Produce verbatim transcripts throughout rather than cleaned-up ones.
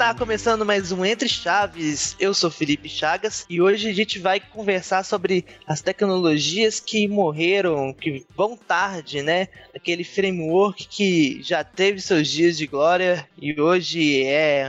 Está começando mais um Entre Chaves. Eu sou Felipe Chagas e hoje a gente vai conversar sobre as tecnologias que morreram, que vão tarde, né? Aquele framework que já teve seus dias de glória e hoje é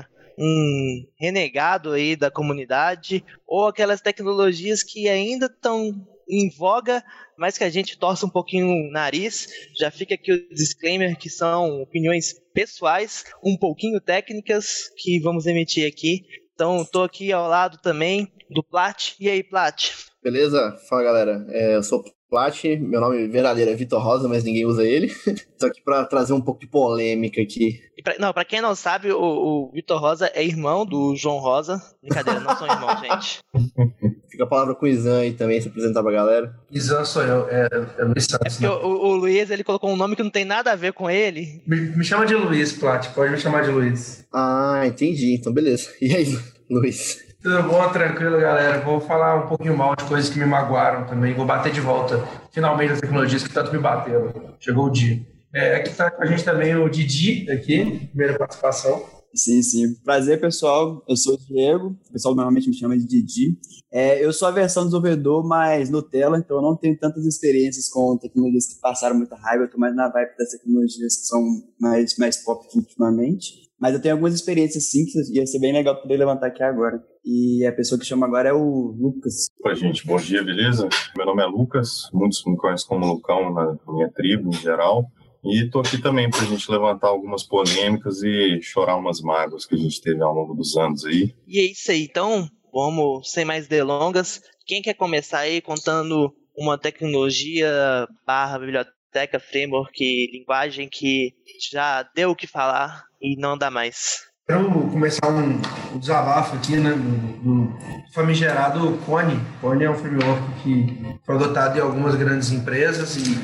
um renegado aí da comunidade, ou aquelas tecnologias que ainda estão em voga, mas que a gente torce um pouquinho o nariz. Já fica aqui o disclaimer que são opiniões pessoais, um pouquinho técnicas, que vamos emitir aqui. Então, estou aqui ao lado também do Plat. E aí, Plat? Beleza? Fala, galera. É, eu sou Plat, meu nome verdadeiro é Vitor Rosa, mas ninguém usa ele. Estou aqui para trazer um pouco de polêmica aqui. E pra, não, para quem não sabe, o, o Vitor Rosa é irmão do João Rosa. Brincadeira, não são irmãos, gente. Fica a palavra com o Izan aí também, se apresentar pra galera. Izan sou eu, é, é Luiz Santos. É porque o, o Luiz, ele colocou um nome que não tem nada a ver com ele. Me, me chama de Luiz, Plat, pode me chamar de Luiz. Ah, entendi, então beleza. E aí, Luiz? Tudo bom, tranquilo, galera. Vou falar um pouquinho mal de coisas que me magoaram também. Vou bater de volta, finalmente, as tecnologias que tanto me bateram. Chegou o dia. É, aqui tá com a gente também o Didi, aqui, primeira participação. Sim, sim. Prazer, pessoal. Eu sou o Diego. O pessoal normalmente me chama de Didi. É, eu sou a versão desenvolvedor mais Nutella, então eu não tenho tantas experiências com tecnologias que passaram muita raiva. Eu tô mais na vibe das tecnologias que são mais, mais pop ultimamente. Mas eu tenho algumas experiências sim, que ia ser bem legal poder levantar aqui agora. E a pessoa que chama agora é o Lucas. Oi, gente. Bom dia, beleza? Meu nome é Lucas. Muitos me conhecem como Lucão na minha tribo, em geral. E tô aqui também pra gente levantar algumas polêmicas e chorar umas mágoas que a gente teve ao longo dos anos aí. E é isso aí, então, vamos, sem mais delongas. Quem quer começar aí contando uma tecnologia barra biblioteca, framework, linguagem que já deu o que falar e não dá mais? Quero começar um, um desabafo aqui, né, do, do famigerado Kone. Kone é um framework que foi adotado em algumas grandes empresas e...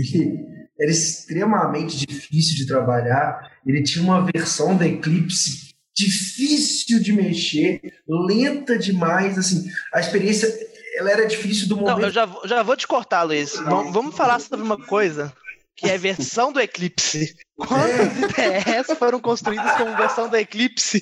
e era extremamente difícil de trabalhar, ele tinha uma versão da Eclipse difícil de mexer, lenta demais, assim, a experiência, ela era difícil do momento... Não, eu já, já vou te cortar, Luiz. Não. Vamos falar sobre uma coisa, que é a versão do Eclipse. Quantas ideias foram construídas como versão do Eclipse?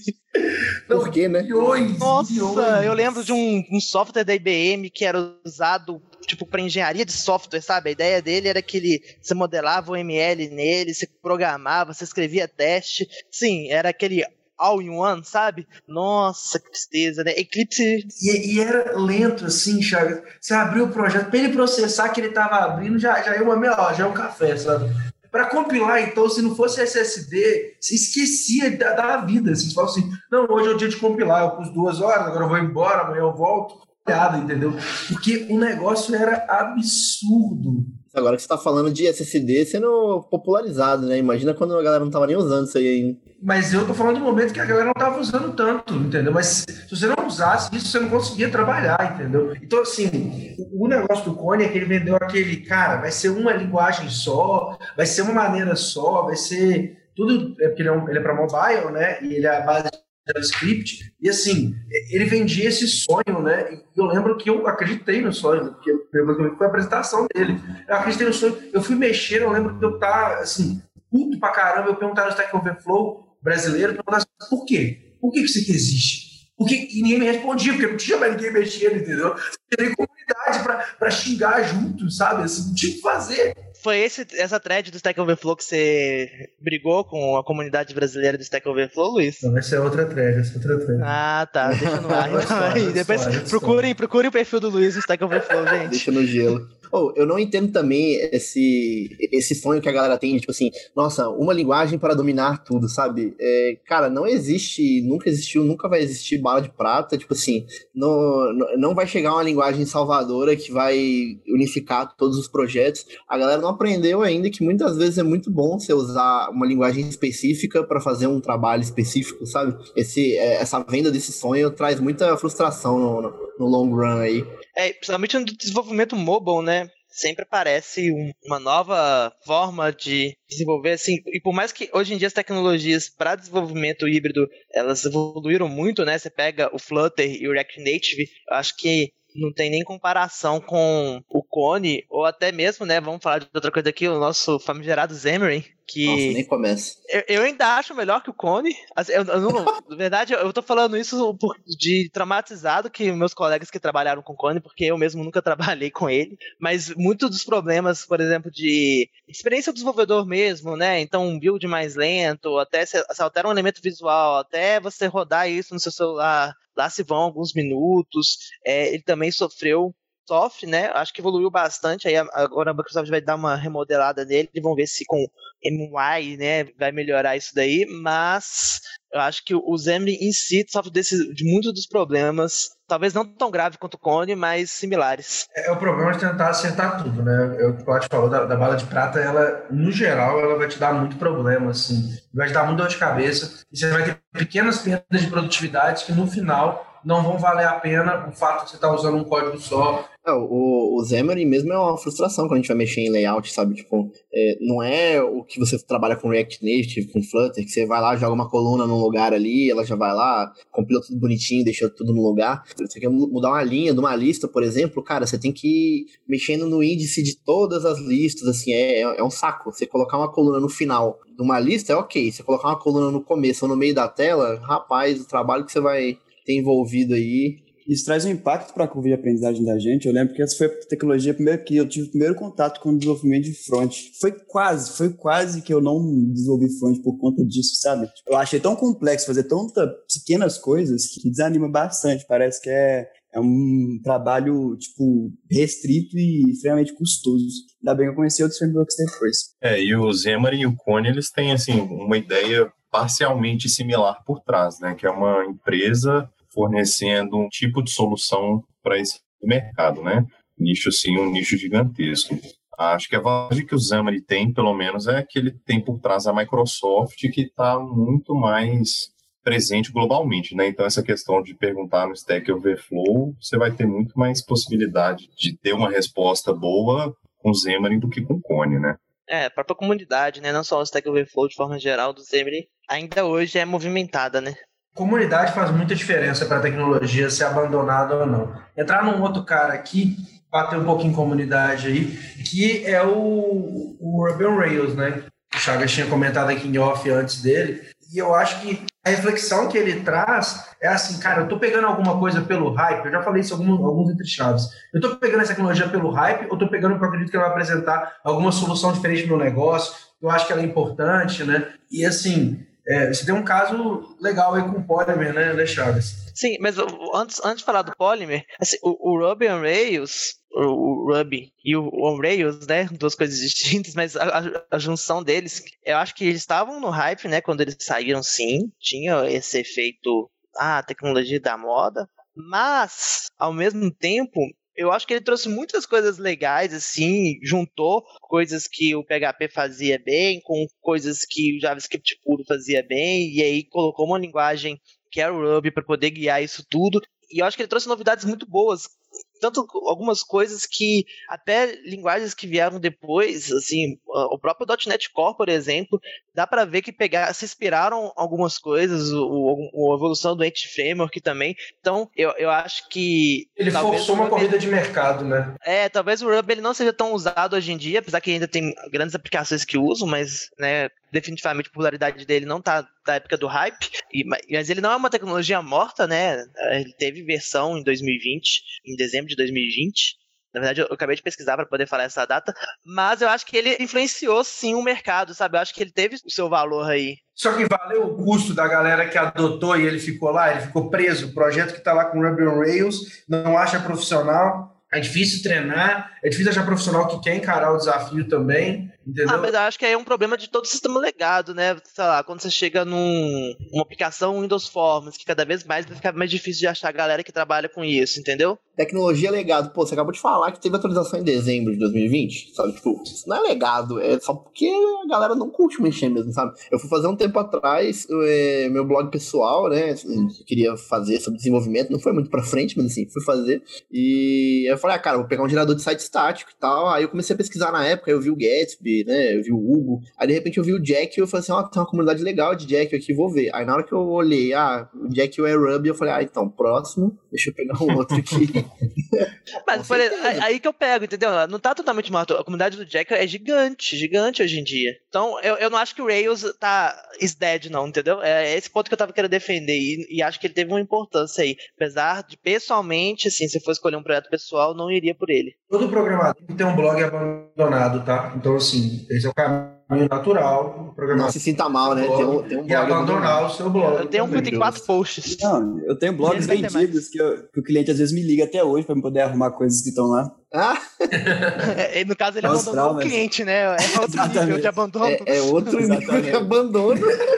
Por quê, né? Milhões, Nossa, milhões. eu lembro de um, um software da I B M que era usado tipo para engenharia de software, sabe? A ideia dele era que ele, você modelava o M L nele, você programava, você escrevia teste. Sim, era aquele all-in-one, sabe? Nossa, que tristeza, né? Eclipse... E, e era lento, assim, Chagas. Você abriu o projeto, para ele processar que ele estava abrindo, já, já é uma meia hora, já é um café, sabe? Para compilar, então, se não fosse S S D, você esquecia da, da vida. Assim, você fala assim, não, hoje é o dia de compilar, eu pus duas horas, agora eu vou embora, amanhã eu volto. Entendeu? Porque o negócio era absurdo. Agora que você tá falando de S S D sendo popularizado, né? Imagina quando a galera não tava nem usando isso aí ainda. Mas eu tô falando do momento que a galera não tava usando tanto, entendeu? Mas se você não usasse isso, você não conseguia trabalhar, entendeu? Então, assim, o negócio do Kone é que ele vendeu aquele, cara, vai ser uma linguagem só, vai ser uma maneira só, vai ser tudo, é porque ele é, um, ele é pra mobile, né? E ele é a base JavaScript, e assim, ele vendia esse sonho, né? E eu lembro que eu acreditei no sonho, porque foi a apresentação dele. Eu acreditei no sonho, eu fui mexer, eu lembro que eu tava assim, puto pra caramba, eu perguntava no Stack Overflow brasileiro, eu perguntava assim, por quê? Por que isso aqui existe? Porque, e ninguém me respondia, porque não tinha mais ninguém mexendo, entendeu? Não tinha nem comunidade pra, pra xingar junto, sabe? Assim, não tinha o que fazer. Foi esse, essa thread do Stack Overflow que você brigou com a comunidade brasileira do Stack Overflow, Luiz? Não, essa é outra thread, essa é outra thread. Ah, tá, deixa no ar. História, Aí, depois história, procurem, história. procurem o perfil do Luiz no Stack Overflow, gente. Deixa no gelo. Oh, eu não entendo também esse, esse sonho que a galera tem, tipo assim, nossa, uma linguagem para dominar tudo, sabe? É, cara, não existe, nunca existiu, nunca vai existir bala de prata, tipo assim, não, não vai chegar uma linguagem salvadora que vai unificar todos os projetos. A galera não aprendeu ainda que muitas vezes é muito bom você usar uma linguagem específica para fazer um trabalho específico, sabe? Esse, essa venda desse sonho traz muita frustração no, no, no long run aí. É, principalmente no desenvolvimento mobile, né? Sempre aparece um, uma nova forma de desenvolver, assim, e por mais que hoje em dia as tecnologias para desenvolvimento híbrido, elas evoluíram muito, né? Você pega o Flutter e o React Native, eu acho que não tem nem comparação com o Kone, ou até mesmo, né, vamos falar de outra coisa aqui, o nosso famigerado Xamarin, Que Nossa, nem começa. Eu, eu ainda acho melhor que o Kone. Assim, eu, eu não, na verdade, eu tô falando isso por, de traumatizado que meus colegas que trabalharam com o Kone, porque eu mesmo nunca trabalhei com ele. Mas muitos dos problemas, por exemplo, de experiência do desenvolvedor mesmo, né? Então, um build mais lento, até se, se altera um elemento visual, até você rodar isso no seu celular, lá se vão alguns minutos. É, ele também sofreu. Sofre, né? Acho que evoluiu bastante. Aí agora a Microsoft vai dar uma remodelada nele. Vamos ver se com M Y, né, vai melhorar isso daí. Mas eu acho que o Xamarin em si sofre desse, de muitos dos problemas. Talvez não tão grave quanto o Kone, mas similares. É, é o problema de tentar acertar tudo, né? Eu, o Claudio falou da, da bala de prata, ela, no geral, ela vai te dar muito problema, assim. Vai te dar muito dor de cabeça. E você vai ter pequenas perdas de produtividade que no final não vão valer a pena o fato de você estar usando um código só. É, o, o Xamarin mesmo é uma frustração quando a gente vai mexer em layout, sabe? Tipo, é, não é o que você trabalha com React Native, com Flutter, que você vai lá, joga uma coluna num lugar ali, ela já vai lá, compila tudo bonitinho, deixa tudo no lugar. Você quer mudar uma linha de uma lista, por exemplo, cara, você tem que ir mexendo no índice de todas as listas, assim, é, é um saco. Você colocar uma coluna no final de uma lista é ok, você colocar uma coluna no começo ou no meio da tela, rapaz, o trabalho que você vai ter envolvido aí. Isso traz um impacto para a curva de aprendizagem da gente. Eu lembro que essa foi a tecnologia primeiro que eu tive o primeiro contato com o desenvolvimento de front. Foi quase, foi quase que eu não desenvolvi front por conta disso, sabe? Eu achei tão complexo fazer tantas pequenas coisas que desanima bastante. Parece que é, é um trabalho, tipo, restrito e extremamente custoso. Ainda bem que eu conheci outros frameworks depois. É, e o Xamarin e o Kone, eles têm, assim, uma ideia parcialmente similar por trás, né? Que é uma empresa fornecendo um tipo de solução para esse mercado, né? Nicho, assim, um nicho gigantesco. Acho que a vantagem que o Xamarin tem, pelo menos, é que ele tem por trás a Microsoft, que está muito mais presente globalmente, né? Então, essa questão de perguntar no Stack Overflow, você vai ter muito mais possibilidade de ter uma resposta boa com o Xamarin do que com o Kone, né? É, a própria comunidade, né? Não só o Stack Overflow de forma geral do Xamarin, ainda hoje é movimentada, né? Comunidade faz muita diferença para a tecnologia ser abandonada ou não. Entrar num outro cara aqui, bater um pouquinho em comunidade aí, que é o, o Ruby on Rails, né? O Chagas tinha comentado aqui em off antes dele. E eu acho que a reflexão que ele traz é assim, cara, eu tô pegando alguma coisa pelo hype, eu já falei isso em alguns, alguns entre chaves. Eu tô pegando essa tecnologia pelo hype ou tô pegando porque eu acredito que ela vai apresentar alguma solução diferente no meu negócio, eu acho que ela é importante, né? E assim, é, você tem um caso legal aí com o Polymer, né, né Chaves? Sim, mas antes, antes de falar do Polymer, assim, o, o Ruby on Rails, o, o Ruby e o on Rails, né, duas coisas distintas, mas a, a, a junção deles, eu acho que eles estavam no hype, né, quando eles saíram, sim, tinha esse efeito, ah, tecnologia da moda, mas, ao mesmo tempo, eu acho que ele trouxe muitas coisas legais, assim, juntou coisas que o P H P fazia bem com coisas que o JavaScript puro fazia bem, e aí colocou uma linguagem que era o Ruby para poder guiar isso tudo, e eu acho que ele trouxe novidades muito boas, tanto algumas coisas que até linguagens que vieram depois, assim, o próprio .ponto net Core, por exemplo, dá para ver que pegar, se inspiraram algumas coisas, o, a evolução do Entity Framework também, então eu, eu acho que... Ele forçou uma corrida de mercado, né? É, talvez o Ruby ele não seja tão usado hoje em dia, apesar que ainda tem grandes aplicações que usam, mas, né, definitivamente a popularidade dele não tá da época do hype, e, mas ele não é uma tecnologia morta, né, ele teve versão em dois mil e vinte, em dezembro de dois mil e vinte, na verdade eu, eu acabei de pesquisar para poder falar essa data, mas eu acho que ele influenciou sim o mercado, sabe, eu acho que ele teve o seu valor aí. Só que valeu o custo da galera que adotou e ele ficou lá, ele ficou preso, o projeto que tá lá com Ruby on Rails, não acha profissional, é difícil treinar, é difícil achar profissional que quer encarar o desafio também, entendeu? Ah, mas eu acho que é um problema de todo o sistema legado, né? Sei lá, quando você chega num, numa aplicação Windows Forms, que cada vez mais vai ficar mais difícil de achar a galera que trabalha com isso, entendeu? Tecnologia legado. Pô, você acabou de falar que teve atualização em dezembro de dois mil e vinte, sabe? Tipo, isso não é legado, é só porque a galera não curte mexer mesmo, sabe? Eu fui fazer um tempo atrás, é, meu blog pessoal, né? Eu queria fazer sobre desenvolvimento, não foi muito pra frente, mas assim, fui fazer. E eu falei, ah, cara, vou pegar um gerador de site estático e tal. Aí eu comecei a pesquisar na época, eu vi o Gatsby, né? Eu vi o Hugo. Aí de repente eu vi o Jekyll e eu falei assim, ó, oh, tem uma comunidade legal de Jekyll aqui, vou ver. Aí na hora que eu olhei, ah, o Jekyll é Ruby, eu falei, ah, então, próximo, deixa eu pegar um outro aqui. Mas por exemplo, aí que eu pego, entendeu? Não tá totalmente morto. A comunidade do Jekyll é gigante, gigante hoje em dia. Então, eu, eu não acho que o Rails tá is dead, não, entendeu? É esse ponto que eu tava querendo defender, e, e acho que ele teve uma importância aí. Apesar de, pessoalmente, assim, se eu for escolher um projeto pessoal, não iria por ele. Todo programador tem um blog abandonado, tá? Então, assim, esse é o caminho natural. O programador não se sinta mal, né? Tem um, tem um blog e abandonar abandonado. o seu blog. Eu tenho um que tem quatro posts. Não, eu tenho blogs vendidos que, eu, que o cliente às vezes me liga até hoje para poder arrumar coisas que estão lá. Ah! É, no caso, ele Nossa, abandonou traumas. o cliente, né? É outro Exatamente. nível de abandono. É, é outro nível de abandono.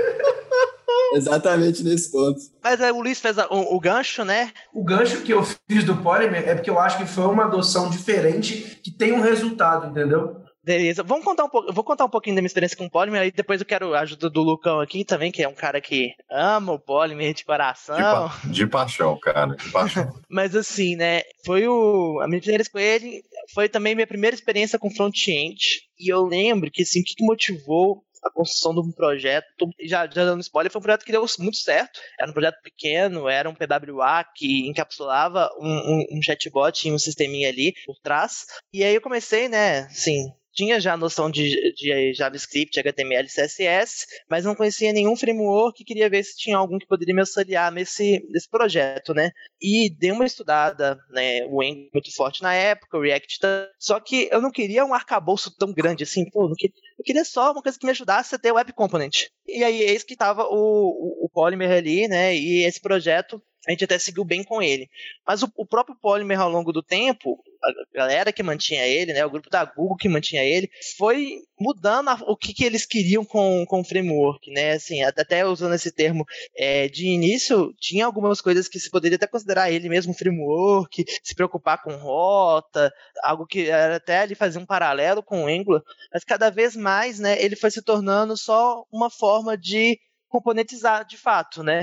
Exatamente nesse ponto. Mas aí o Luiz fez a, o, o gancho, né? O gancho que eu fiz do Polymer é porque eu acho que foi uma adoção diferente que tem um resultado, entendeu? Beleza, vamos contar um pouco, eu vou contar um pouquinho da minha experiência com o Polymer, aí depois eu quero a ajuda do Lucão aqui também, que é um cara que ama o Polymer de coração. De, pa de paixão, cara, de paixão. Mas assim, né, foi o, a minha primeira experiência com ele, foi também minha primeira experiência com front-end, e eu lembro que assim, o que motivou a construção de um projeto, já, já dando spoiler, foi um projeto que deu muito certo, era um projeto pequeno, era um P W A que encapsulava um, um, um chatbot e um sisteminha ali por trás, e aí eu comecei, né, assim, tinha já a noção de, de JavaScript, H T M L, C S S, mas não conhecia nenhum framework e queria ver se tinha algum que poderia me auxiliar nesse, nesse projeto, né? E dei uma estudada, né? O Angular muito forte na época, o React, só que eu não queria um arcabouço tão grande assim, pô, não queria, eu queria só uma coisa que me ajudasse a ter web component. E aí, eis que estava o, o, o Polymer ali, né? E esse projeto, a gente até seguiu bem com ele. Mas o, o próprio Polymer, ao longo do tempo, a galera que mantinha ele, né, o grupo da Google que mantinha ele, foi mudando a, o que, que eles queriam com, com o framework, né, assim, até usando esse termo, é, de início, tinha algumas coisas que se poderia até considerar ele mesmo um framework, se preocupar com rota, algo que era até ali fazer um paralelo com o Angular, mas cada vez mais, né, ele foi se tornando só uma forma de componentizar de fato, né,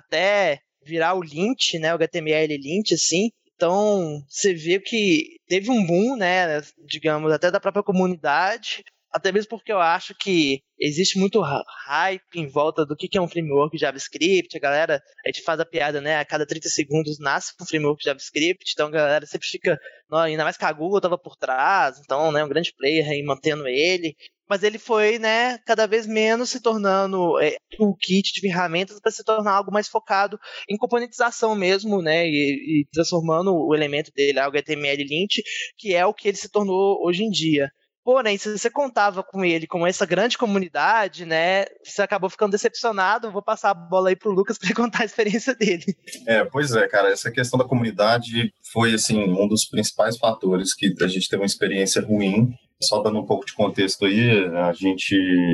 até virar o lint, né, o H T M L lint, assim. Então, você vê que teve um boom, né, digamos, até da própria comunidade, até mesmo porque eu acho que existe muito hype em volta do que é um framework JavaScript, a galera, a gente faz a piada, né, a cada trinta segundos nasce um framework JavaScript, então a galera sempre fica, não, ainda mais que a Google estava por trás, então, né, um grande player aí mantendo ele, mas ele foi, né, cada vez menos se tornando é, um kit de ferramentas para se tornar algo mais focado em componentização mesmo, né, e, e transformando o elemento dele, o H T M L lint, que é o que ele se tornou hoje em dia. Porém, se você contava com ele como essa grande comunidade, né, você acabou ficando decepcionado. Vou passar a bola aí pro Lucas para ele contar a experiência dele. É, pois é, cara, essa questão da comunidade foi, assim, um dos principais fatores que a gente teve uma experiência ruim. Só dando um pouco de contexto aí, a gente,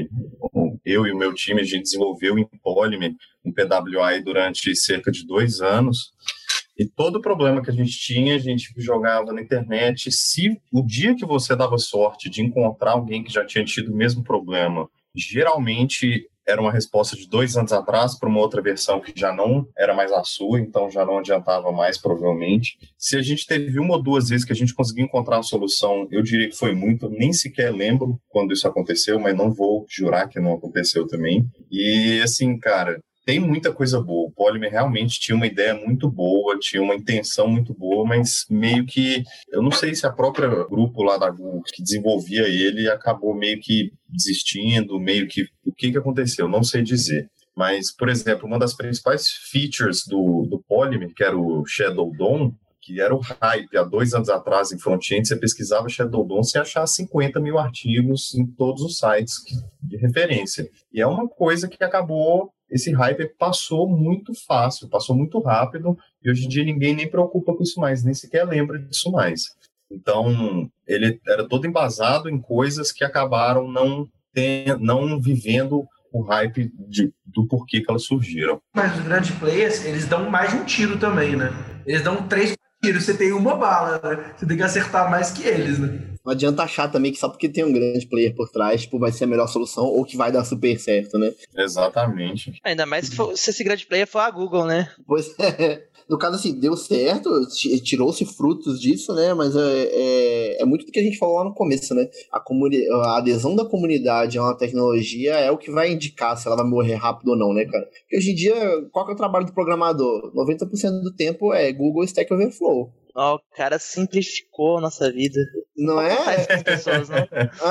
eu e o meu time, a gente desenvolveu em Polymer um P W A durante cerca de dois anos. E todo problema que a gente tinha, a gente jogava na internet. Se o dia que você dava sorte de encontrar alguém que já tinha tido o mesmo problema, geralmente era uma resposta de dois anos atrás para uma outra versão que já não era mais a sua, então já não adiantava mais, provavelmente. Se a gente teve uma ou duas vezes que a gente conseguiu encontrar uma solução, eu diria que foi muito, nem sequer lembro quando isso aconteceu, mas não vou jurar que não aconteceu também. E assim, cara, tem muita coisa boa. O Polymer realmente tinha uma ideia muito boa, tinha uma intenção muito boa, mas meio que, eu não sei se a própria grupo lá da Google que desenvolvia ele acabou meio que desistindo, meio que, o que que aconteceu? Não sei dizer. Mas, por exemplo, uma das principais features do, do Polymer, que era o Shadow D O M, que era o hype há dois anos atrás em front-end, você pesquisava Shadow D O M, você achava cinquenta mil artigos em todos os sites de referência. E é uma coisa que acabou, esse hype passou muito fácil, passou muito rápido, e hoje em dia ninguém nem preocupa com isso mais, nem sequer lembra disso mais. Então, ele era todo embasado em coisas que acabaram não, ten, não vivendo o hype de, do porquê que elas surgiram. Mas os grandes players, eles dão mais de um tiro também, né? Eles dão três tiros, você tem uma bala, né? Você tem que acertar mais que eles, né? Não adianta achar também que só porque tem um grande player por trás, tipo, vai ser a melhor solução ou que vai dar super certo, né? Exatamente. Ainda mais se, for, se esse grande player for a Google, né? Pois é. No caso, assim, deu certo, tirou-se frutos disso, né? Mas é, é, é muito do que a gente falou lá no começo, né? A, comuni- a adesão da comunidade a uma tecnologia é o que vai indicar se ela vai morrer rápido ou não, né, cara? Porque hoje em dia, qual que é o trabalho do programador? noventa por cento do tempo é Google Stack Overflow. Ó, o cara simplificou a nossa vida. Não é? Faz com as pessoas, não.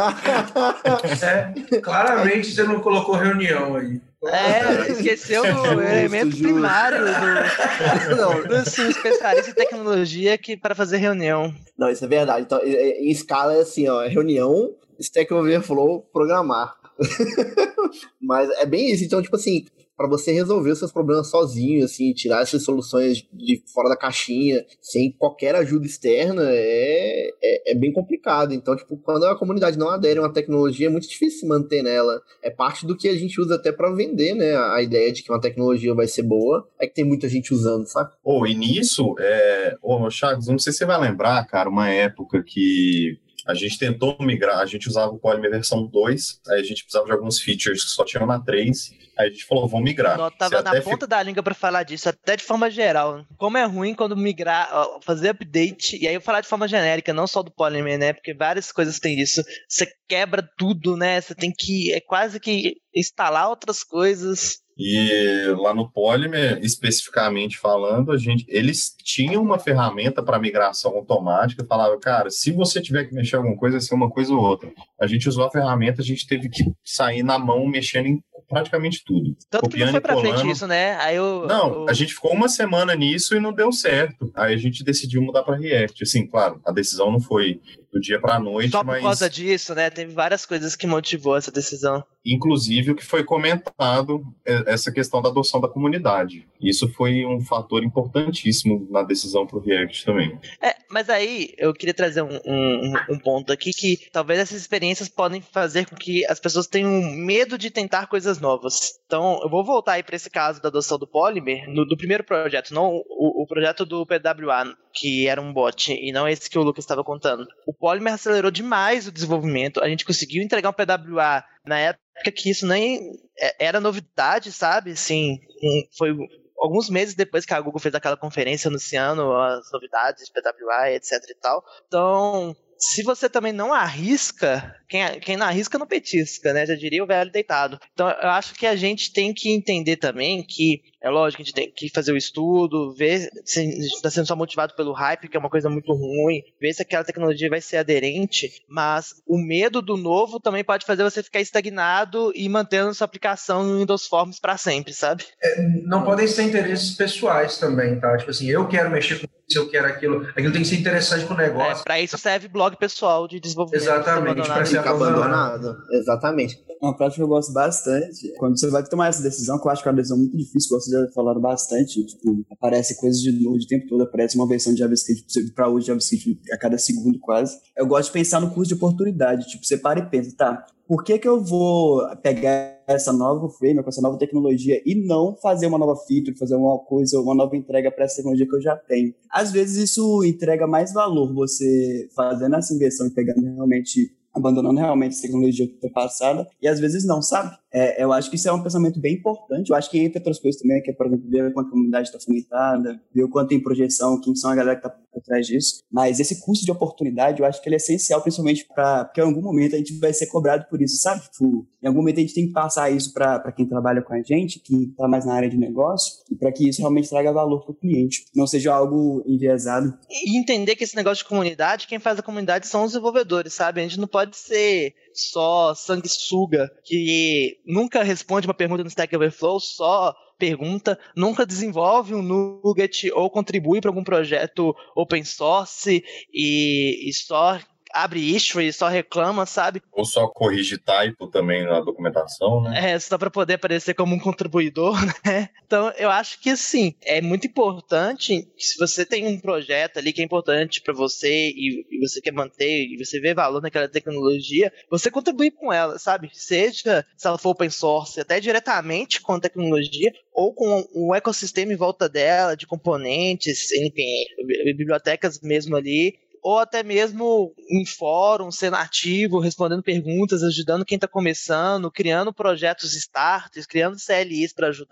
É, claramente você não colocou reunião aí. É, esqueceu do elemento justo. primário do, Não, do assim, especialista em tecnologia que para fazer reunião. não, isso é verdade. Então, é- é- em escala é assim, ó, é reunião, Stack Overflow, programar. Mas é bem isso. Então, tipo assim, para você resolver os seus problemas sozinho, assim, tirar essas soluções de fora da caixinha, sem qualquer ajuda externa, é, é, é bem complicado. Então, tipo, quando a comunidade não adere a uma tecnologia, é muito difícil se manter nela. É parte do que a gente usa até para vender, né? A ideia de que uma tecnologia vai ser boa, é que tem muita gente usando, sabe? Oh, e nisso, é... Ô, Chagas, não sei se você vai lembrar, cara, uma época que a gente tentou migrar, a gente usava o Polymer versão dois, aí a gente precisava de alguns features que só tinham na três, aí a gente falou, vamos migrar. Eu Você tava na até ponta da língua pra falar disso, até de forma geral. Como é ruim quando migrar, ó, fazer update, e aí eu falar de forma genérica, não só do Polymer, né? Porque várias coisas têm isso. Você quebra tudo, né? Você tem que, é quase que instalar outras coisas. E lá no Polymer, especificamente falando, a gente, eles tinham uma ferramenta para migração automática, falava, cara, se você tiver que mexer alguma coisa, vai ser uma coisa ou outra. A gente usou a ferramenta, a gente teve que sair na mão mexendo em praticamente tudo. Tanto que não Copiando foi e pra frente colando. isso, né? Aí eu, Não, eu- a gente ficou uma semana nisso e não deu certo. Aí a gente decidiu mudar para React. Assim, claro, a decisão não foi do dia para a noite, só por mas causa disso, né? Teve várias coisas que motivou essa decisão. inclusive o que foi comentado, é essa questão da adoção da comunidade. Isso foi um fator importantíssimo na decisão para o React também. É, mas aí eu queria trazer um, um, um ponto aqui que talvez essas experiências podem fazer com que as pessoas tenham medo de tentar coisas novas. Então, eu vou voltar aí para esse caso da adoção do Polymer, no, do primeiro projeto, não o, o projeto do P W A, que era um bot, e não esse que o Lucas estava contando. O Polymer acelerou demais o desenvolvimento, a gente conseguiu entregar um P W A na época que isso nem era novidade, sabe? Assim, foi alguns meses depois que a Google fez aquela conferência anunciando as novidades de P W A, etc e tal. Então, se você também não arrisca, quem, quem não arrisca não petisca, né? Já diria o velho deitado. Então, eu acho que a gente tem que entender também que, é lógico que a gente tem que fazer o estudo, ver se a gente está sendo só motivado pelo hype, que é uma coisa muito ruim, ver se aquela tecnologia vai ser aderente, mas o medo do novo também pode fazer você ficar estagnado e mantendo sua aplicação no Windows Forms para sempre, sabe? Não podem ser interesses pessoais também, tá? Tipo assim, eu quero mexer com isso, eu quero aquilo. Aquilo tem que ser interessante pro negócio. É, para isso serve blog pessoal de desenvolvimento. Exatamente, para ser Fica abandonado. Exatamente. Uma prática que eu gosto bastante, quando você vai tomar essa decisão, que eu acho que é uma decisão muito difícil, vocês já falaram bastante, tipo, aparece coisas de novo o tempo todo, aparece uma versão de JavaScript para hoje, JavaScript a cada segundo quase. Eu gosto de pensar no custo de oportunidade, tipo, você para e pensa, tá, por que que eu vou pegar essa nova framework, essa nova tecnologia e não fazer uma nova feature, fazer uma coisa, uma nova entrega para essa tecnologia que eu já tenho? Às vezes isso entrega mais valor, você fazendo essa inversão e pegando realmente, abandonando realmente essa tecnologia que foi passada, e às vezes não, sabe? É, eu acho que isso é um pensamento bem importante. Eu acho que entre outras coisas também, que é, por exemplo, ver o quanto a comunidade está fomentada, ver o quanto tem projeção, quem são a galera que está por trás disso. Mas esse custo de oportunidade, eu acho que ele é essencial, principalmente para porque em algum momento a gente vai ser cobrado por isso, sabe? Tipo, em algum momento a gente tem que passar isso para quem trabalha com a gente, que está mais na área de negócio, e para que isso realmente traga valor para o cliente, não seja algo enviesado. E entender que esse negócio de comunidade, quem faz a comunidade são os desenvolvedores, sabe? A gente não pode ser só sanguessuga, que nunca responde uma pergunta no Stack Overflow, só pergunta, nunca desenvolve um nugget ou contribui para algum projeto open source e, e só abre issue e só reclama, sabe? Ou só corrige typo também na documentação, né? É, só para poder aparecer como um contribuidor, né? Então, eu acho que, assim, é muito importante que se você tem um projeto ali que é importante para você e, e você quer manter e você vê valor naquela tecnologia, você contribuir com ela, sabe? Seja se ela for open source, até diretamente com a tecnologia, ou com o ecossistema em volta dela, de componentes, enfim, bibliotecas mesmo ali, ou até mesmo em fórum, sendo ativo, respondendo perguntas, ajudando quem está começando, criando projetos starters, criando C L Is para ajudar.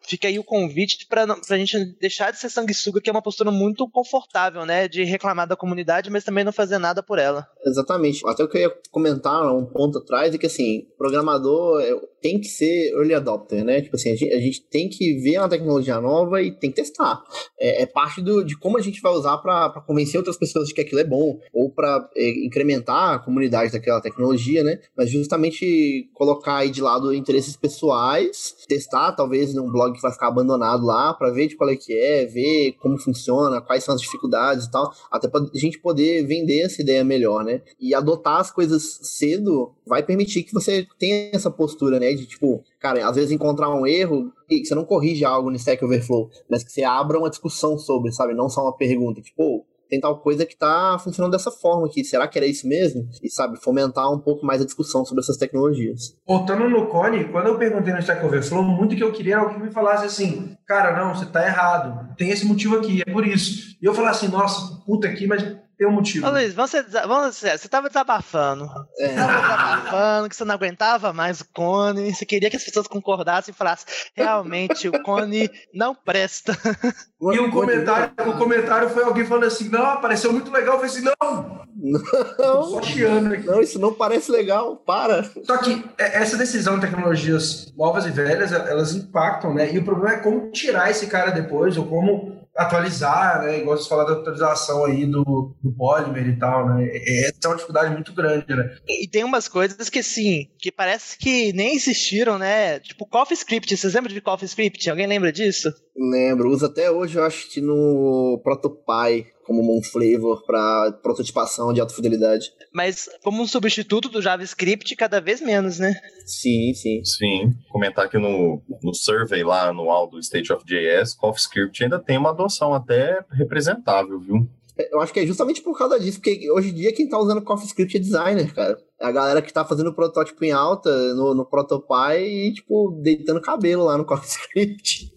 fica aí o convite pra, pra gente deixar de ser sanguessuga, que é uma postura muito confortável, né? De reclamar da comunidade, mas também não fazer nada por ela. Exatamente. Até o que eu ia comentar um ponto atrás é que, assim, programador tem que ser early adopter, né? Tipo assim, a gente, a gente tem que ver uma tecnologia nova e tem que testar. É, é parte do, de como a gente vai usar para convencer outras pessoas de que aquilo é bom, ou para é, incrementar a comunidade daquela tecnologia, né? Mas justamente colocar aí de lado interesses pessoais, testar talvez num blog que vai ficar abandonado lá, para ver de qual é que é, ver como funciona, quais são as dificuldades e tal, até pra gente poder vender essa ideia melhor, né? E adotar as coisas cedo vai permitir que você tenha essa postura, né? De tipo, cara, às vezes encontrar um erro e que você não corrige algo no Stack Overflow, mas que você abra uma discussão sobre, sabe? Não só uma pergunta, tipo, tem tal coisa que tá funcionando dessa forma aqui, será que era isso mesmo? E, sabe, fomentar um pouco mais a discussão sobre essas tecnologias. Voltando no Cone, quando eu perguntei no Stack Overflow, muito que eu queria era alguém me falasse assim, cara, não, você tá errado, tem esse motivo aqui, é por isso. E eu falar assim, nossa, puta aqui, mas tem um motivo. Ô Luiz, vamos ser, vamos ser, você tava desabafando. É. Você tava desabafando que você não aguentava mais o Cone, você queria que as pessoas concordassem e falassem, realmente, o Cone não presta. E o comentário, o comentário foi alguém falando assim, não, pareceu muito legal. Eu falei assim, não, não, só chiando aqui. Não, isso não parece legal, para. Só que essa decisão de tecnologias novas e velhas, elas impactam, né? E o problema é como tirar esse cara depois, ou como atualizar, né? Igual você falar da atualização aí do, do Polymer e tal, né? Essa é uma dificuldade muito grande, né? E tem umas coisas que, assim, que parece que nem existiram, né? Tipo, CoffeeScript, vocês lembram de CoffeeScript? Alguém lembra disso? Lembro, uso até hoje, eu acho que no ProtoPie, como um flavor para prototipação de alta fidelidade. Mas como um substituto do JavaScript, cada vez menos, né? Sim, sim. Sim, comentar que no, no survey lá anual do State of J S, CoffeeScript ainda tem uma adoção até representável, viu? Eu acho que é justamente por causa disso, porque hoje em dia quem tá usando CoffeeScript é designer, cara. É a galera que tá fazendo protótipo em alta no, no ProtoPie e, tipo, deitando cabelo lá no CoffeeScript.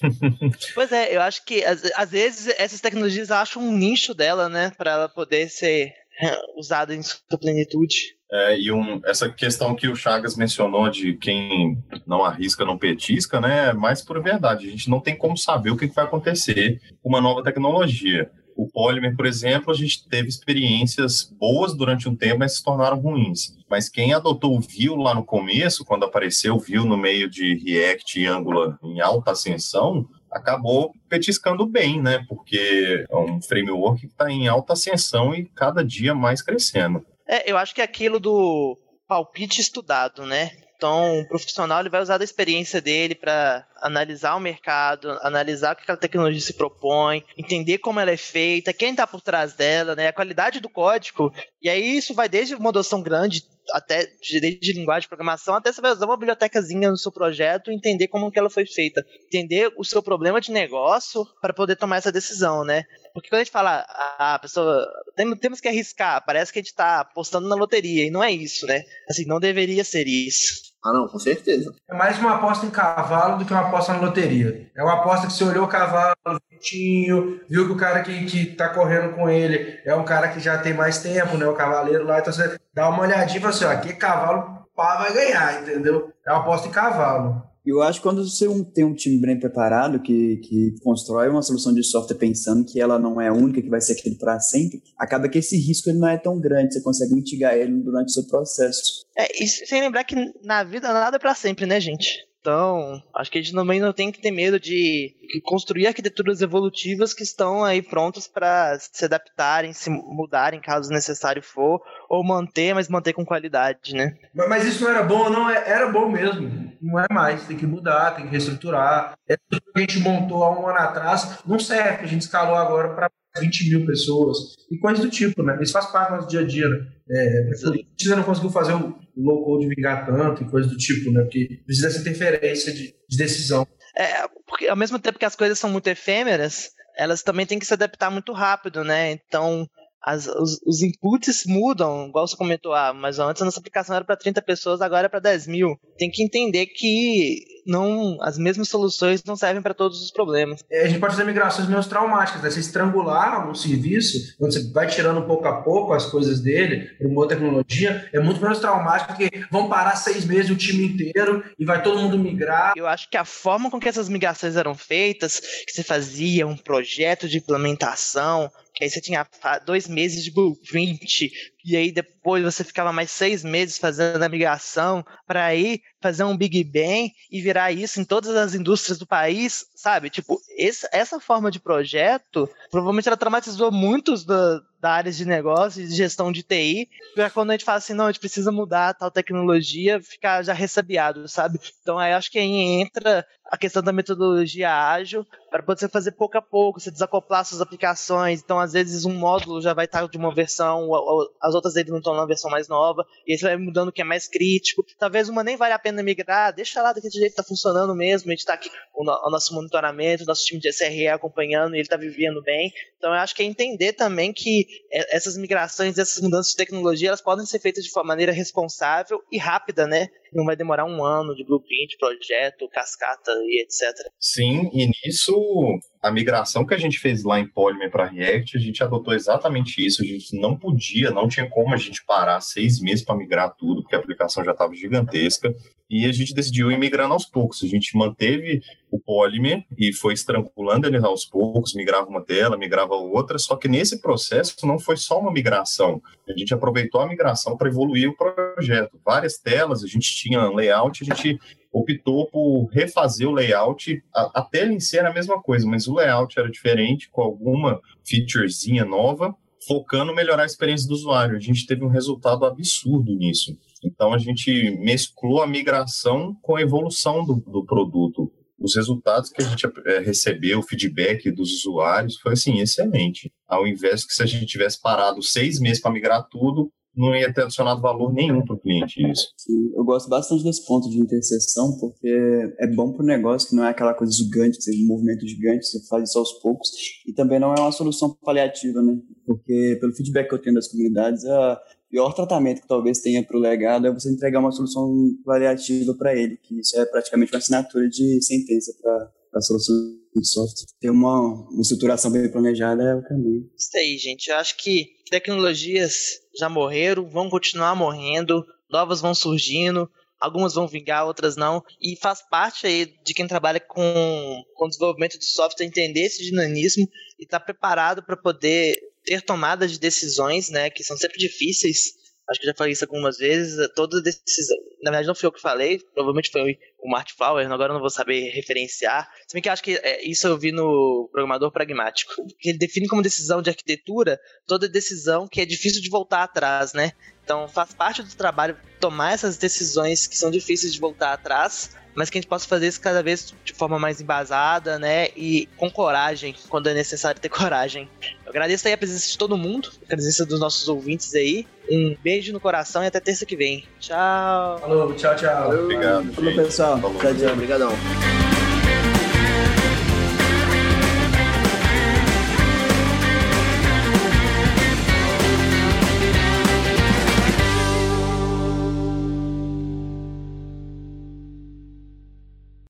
Pois é, eu acho que às, às vezes essas tecnologias acham um nicho dela, né? Pra ela poder ser usada em sua plenitude. É, e um, essa questão que o Chagas mencionou de quem não arrisca, não petisca, né? É mais por verdade. A gente não tem como saber o que vai acontecer com uma nova tecnologia. O Polymer, por exemplo, a gente teve experiências boas durante um tempo, mas se tornaram ruins. Mas quem adotou o Vue lá no começo, quando apareceu o Vue no meio de React e Angular em alta ascensão, acabou petiscando bem, né? Porque é um framework que está em alta ascensão e cada dia mais crescendo. É, eu acho que é aquilo do palpite estudado, né? Então, o profissional ele vai usar da experiência dele para analisar o mercado, analisar o que aquela tecnologia se propõe, entender como ela é feita, quem está por trás dela, né, a qualidade do código. E aí isso vai desde uma adoção grande, até de, de linguagem de programação, até você vai usar uma bibliotecazinha no seu projeto e entender como que ela foi feita. Entender o seu problema de negócio para poder tomar essa decisão, né? Porque quando a gente fala, a ah, pessoa, temos que arriscar, parece que a gente está apostando na loteria, e não é isso, né? Assim, não deveria ser isso. Ah, não, com certeza. É mais uma aposta em cavalo do que uma aposta na loteria. É uma aposta que você olhou o cavalo, viu que o cara que, que tá correndo com ele é um cara que já tem mais tempo, né? O cavaleiro lá. Então você dá uma olhadinha e fala assim, ó, que cavalo pá vai ganhar, entendeu? É uma aposta em cavalo. Eu acho que quando você tem um time bem preparado, que, que constrói uma solução de software pensando que ela não é a única, que vai ser aquele para sempre, acaba que esse risco ele não é tão grande, você consegue mitigar ele durante o seu processo. É, e sem lembrar que na vida nada é para sempre, né, gente? Então, acho que a gente também não tem que ter medo de construir arquiteturas evolutivas que estão aí prontas para se adaptarem, se mudarem caso necessário for, ou manter, mas manter com qualidade, né? Mas isso não era bom, não, era bom mesmo. Não é mais, tem que mudar, tem que reestruturar. É o que a gente montou há um ano atrás, não serve, a gente escalou agora para vinte mil pessoas e coisas do tipo, né? Isso faz parte do nosso dia a dia, né? É, por isso você não conseguiu fazer o low code vingar tanto e coisas do tipo, né? Porque precisa dessa interferência de, de decisão. É, porque ao mesmo tempo que as coisas são muito efêmeras, elas também têm que se adaptar muito rápido, né? Então, as, os, os inputs mudam, igual você comentou, ah, mas antes a nossa aplicação era para trinta pessoas, agora é para dez mil. Tem que entender que não, as mesmas soluções não servem para todos os problemas. É, a gente pode fazer migrações menos traumáticas, né? Você estrangular um serviço, quando você vai tirando pouco a pouco as coisas dele, por uma boa tecnologia, é muito menos traumático, porque vão parar seis meses o time inteiro e vai todo mundo migrar. Eu acho que a forma com que essas migrações eram feitas, que você fazia um projeto de implementação, que aí você tinha dois meses de blueprint, e aí depois você ficava mais seis meses fazendo a migração para aí fazer um Big Bang e virar isso em todas as indústrias do país, sabe? Tipo, esse, essa forma de projeto provavelmente ela traumatizou muitos da, da área de negócio e de gestão de T I, para quando a gente fala assim, não, a gente precisa mudar tal tecnologia, ficar já ressabiado, sabe? Então aí acho que aí entra a questão da metodologia ágil, para poder fazer pouco a pouco, você desacoplar suas aplicações, então às vezes um módulo já vai estar de uma versão, as outras dele não estão na versão mais nova, e aí você vai mudando o que é mais crítico, talvez uma nem vale a pena migrar, deixa lá daquele jeito que está funcionando mesmo, a gente está aqui com o nosso monitoramento, o nosso time de S R E acompanhando, e ele está vivendo bem, então eu acho que é entender também que essas migrações, essas mudanças de tecnologia, elas podem ser feitas de maneira responsável e rápida, né? Não vai demorar um ano de blueprint, projeto, cascata e etcétera. Sim, e nisso, a migração que a gente fez lá em Polymer para React, a gente adotou exatamente isso. A gente não podia, não tinha como a gente parar seis meses para migrar tudo, porque a aplicação já estava gigantesca. E a gente decidiu ir migrando aos poucos. A gente manteve o Polymer e foi estrangulando ele aos poucos, migrava uma tela, migrava outra, só que nesse processo não foi só uma migração. A gente aproveitou a migração para evoluir o projeto. Várias telas, a gente tinha layout, a gente optou por refazer o layout. A, a tela em si era a mesma coisa, mas o layout era diferente, com alguma featurezinha nova, focando em melhorar a experiência do usuário. A gente teve um resultado absurdo nisso. Então, a gente mesclou a migração com a evolução do, do produto. Os resultados que a gente é, recebeu, o feedback dos usuários, foi, assim, excelente. Ao invés que se a gente tivesse parado seis meses para migrar tudo, não ia ter adicionado valor nenhum para o cliente isso. Sim, eu gosto bastante desse ponto de interseção, porque é bom para o negócio, que não é aquela coisa gigante, que seja um movimento gigante, você faz isso aos poucos, e também não é uma solução paliativa, né? Porque, pelo feedback que eu tenho das comunidades, a pior tratamento que talvez tenha para o legado é você entregar uma solução paliativa para ele, que isso é praticamente uma assinatura de sentença para a solução de software. Ter uma, uma estruturação bem planejada é o caminho. Isso aí, gente. Eu acho que tecnologias já morreram, vão continuar morrendo, novas vão surgindo, algumas vão vingar, outras não, e faz parte aí de quem trabalha com, com desenvolvimento de software entender esse dinamismo e estar tá preparado para poder ter tomadas de decisões, né, que são sempre difíceis. Acho que já falei isso algumas vezes. Toda decisão, na verdade não fui eu que falei, provavelmente foi o Marty Fowler, agora eu não vou saber referenciar. Se bem que eu acho que é, isso eu vi no Programador Pragmático, que ele define como decisão de arquitetura toda decisão que é difícil de voltar atrás, né? Então faz parte do trabalho tomar essas decisões que são difíceis de voltar atrás, mas que a gente possa fazer isso cada vez de forma mais embasada, né, e com coragem, quando é necessário ter coragem. Eu agradeço aí a presença de todo mundo, a presença dos nossos ouvintes aí. Um beijo no coração e até terça que vem. Tchau. Falou, tchau, tchau. Obrigado. Falou, pessoal. Falou. Tchau, tchau. Obrigadão.